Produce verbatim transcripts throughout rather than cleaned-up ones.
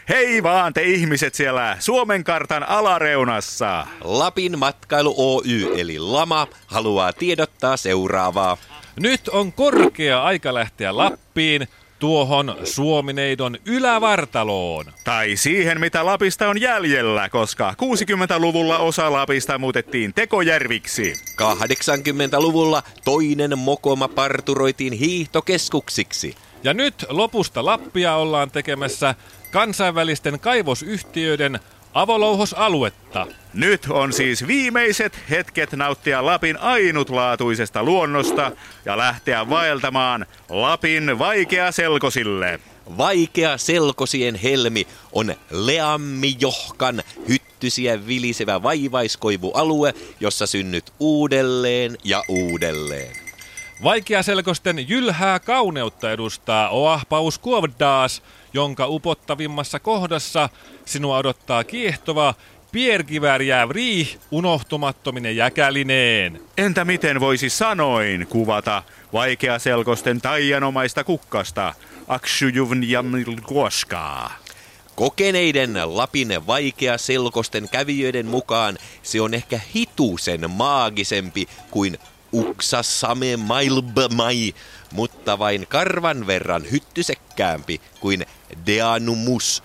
Hei vaan te ihmiset siellä Suomen kartan alareunassa. Lapin Matkailu Oy eli Lama haluaa tiedottaa seuraavaa. Nyt on korkea aika lähteä Lappiin, tuohon Suomineidon ylävartaloon. Tai siihen, mitä Lapista on jäljellä, koska kuusikymmentäluvulla osa Lapista muutettiin tekojärviksi. kahdeksankymmentäluvulla toinen Mokoma parturoitiin hiihtokeskuksiksi. Ja nyt lopusta Lappia ollaan tekemässä kansainvälisten kaivosyhtiöiden avolouhosaluetta. Nyt on siis viimeiset hetket nauttia Lapin ainutlaatuisesta luonnosta ja lähteä vaeltamaan Lapin vaikeaselkosille. Vaikeaselkosien helmi on Leammijohkan hyttysiä vilisevä vaivaiskoivualue, jossa synnyt uudelleen ja uudelleen. Vaikeaselkosten jylhää kauneutta edustaa Oahpaus Kuovdaas, jonka upottavimmassa kohdassa sinua odottaa kiehtova Pierkivärjävri unohtumattomine jäkälineen. Entä miten voisi sanoin kuvata vaikeaselkosten taianomaista kukkasta, Aksujuvnjamilkuoskaa? Kokeneiden Lapin vaikeaselkosten kävijöiden mukaan se on ehkä hitusen maagisempi kuin Uksasame Mailbmai, mutta vain karvan verran hyttysekkäämpi kuin Deanumus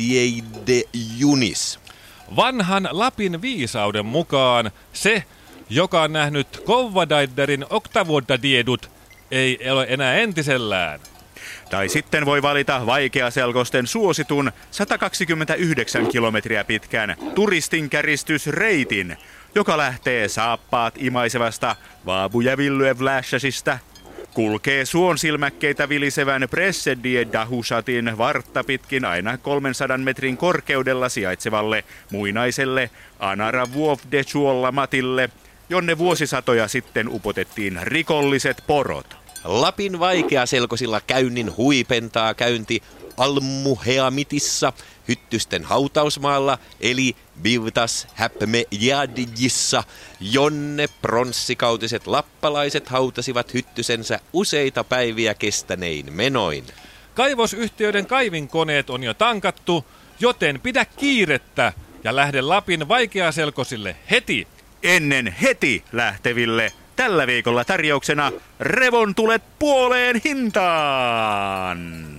Siedejunis. Vanhan Lapin viisauden mukaan se, joka on nähnyt Kovadaiderin Oktavuodadiedut, ei ole enää entisellään. Tai sitten voi valita vaikeaselkosten suositun sata kaksikymmentäyhdeksän kilometriä pitkän turistinkäristysreitin, joka lähtee saappaat imaisevasta Vaabujävillyevlässäsistä, kulkee suonsilmäkkeitä vilisevän Pressedie-Dahushatin vartta pitkin aina kolmensadan metrin korkeudella sijaitsevalle muinaiselle Anaravuovdechuolla-matille, jonne vuosisatoja sitten upotettiin rikolliset porot. Lapin vaikeaselkosilla käynnin huipentaa käynti Almuheamitissa, hyttysten hautausmaalla, eli Bivtas Häpmejadjissa, jonne pronssikautiset lappalaiset hautasivat hyttysensä useita päiviä kestänein menoin. Kaivosyhtiöiden kaivinkoneet on jo tankattu, joten pidä kiirettä ja lähde Lapin vaikeaselkosille heti. Ennen heti lähteville tällä viikolla tarjouksena revontulet puoleen hintaan.